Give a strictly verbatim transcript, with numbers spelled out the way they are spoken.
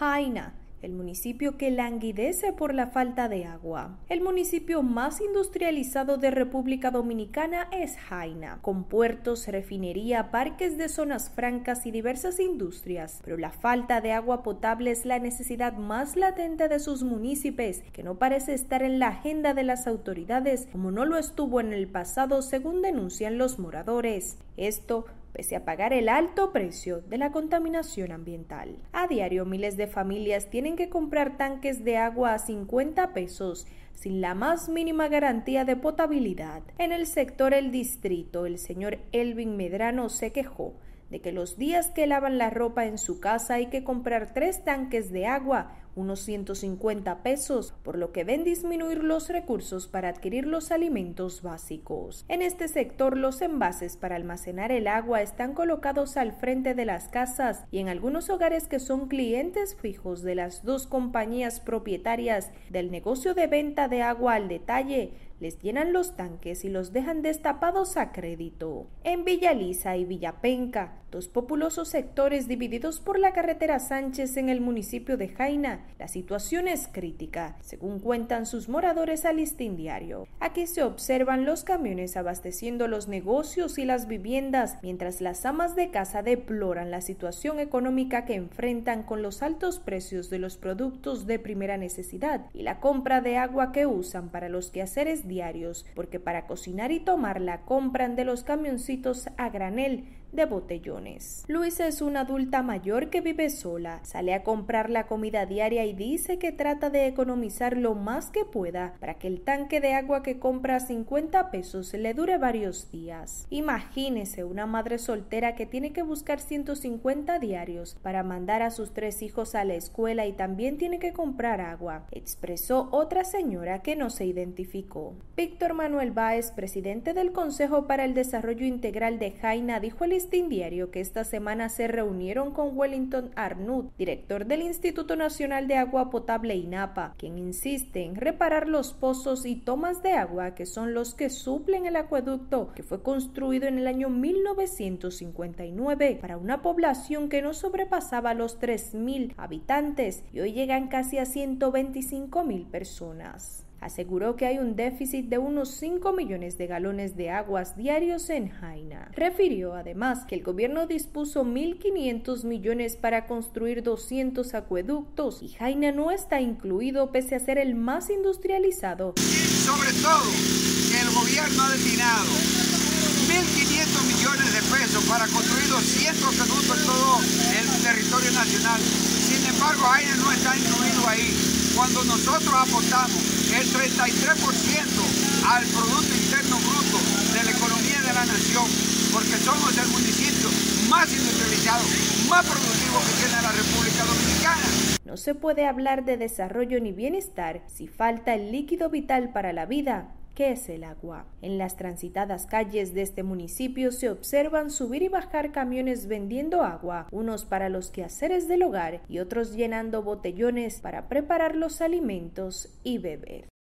Jaina, el municipio que languidece por la falta de agua. El municipio más industrializado de República Dominicana es Jaina, con puertos, refinería, parques de zonas francas y diversas industrias, pero la falta de agua potable es la necesidad más latente de sus municipios, que no parece estar en la agenda de las autoridades, como no lo estuvo en el pasado, según denuncian los moradores. Esto pese a pagar el alto precio de la contaminación ambiental. A diario, miles de familias tienen que comprar tanques de agua a cincuenta pesos, sin la más mínima garantía de potabilidad. En el sector El Distrito, el señor Elvin Medrano se quejó de que los días que lavan la ropa en su casa hay que comprar tres tanques de agua, unos ciento cincuenta pesos, por lo que ven disminuir los recursos para adquirir los alimentos básicos. En este sector, los envases para almacenar el agua están colocados al frente de las casas y en algunos hogares que son clientes fijos de las dos compañías propietarias del negocio de venta de agua al detalle, les llenan los tanques y los dejan destapados a crédito. En Villa Lisa y Villapenca, dos populosos sectores divididos por la carretera Sánchez en el municipio de Jaina, la situación es crítica, según cuentan sus moradores al Listín Diario. Aquí se observan los camiones abasteciendo los negocios y las viviendas, mientras las amas de casa deploran la situación económica que enfrentan con los altos precios de los productos de primera necesidad y la compra de agua que usan para los quehaceres diarios, porque para cocinar y tomar la compran de los camioncitos a granel de botellones. Luisa es una adulta mayor que vive sola, sale a comprar la comida diaria y dice que trata de economizar lo más que pueda para que el tanque de agua que compra a cincuenta pesos le dure varios días. Imagínese una madre soltera que tiene que buscar ciento cincuenta diarios para mandar a sus tres hijos a la escuela y también tiene que comprar agua, expresó otra señora que no se identificó. Víctor Manuel Báez, presidente del Consejo para el Desarrollo Integral de Jaina, dijo al Listín Diario que esta semana se reunieron con Wellington Arnut, director del Instituto Nacional de Agua Potable INAPA, quien insiste en reparar los pozos y tomas de agua que son los que suplen el acueducto que fue construido en el año mil novecientos cincuenta y nueve para una población que no sobrepasaba los tres mil habitantes y hoy llegan casi a ciento veinticinco mil personas. Aseguró que hay un déficit de unos cinco millones de galones de aguas diarios en Jaina. Refirió además que el gobierno dispuso mil quinientos millones para construir doscientos acueductos y Jaina no está incluido pese a ser el más industrializado. Y sobre todo, el gobierno ha destinado mil quinientos millones de pesos para construir doscientos acueductos en todo el territorio nacional. Sin embargo, Jaina no está incluido ahí. Cuando nosotros aportamos el treinta y tres por ciento al Producto Interno Bruto de la economía de la nación, porque somos el municipio más industrializado, más productivo que tiene la República Dominicana. No se puede hablar de desarrollo ni bienestar si falta el líquido vital para la vida, que es el agua. En las transitadas calles de este municipio se observan subir y bajar camiones vendiendo agua, unos para los quehaceres del hogar y otros llenando botellones para preparar los alimentos y beber.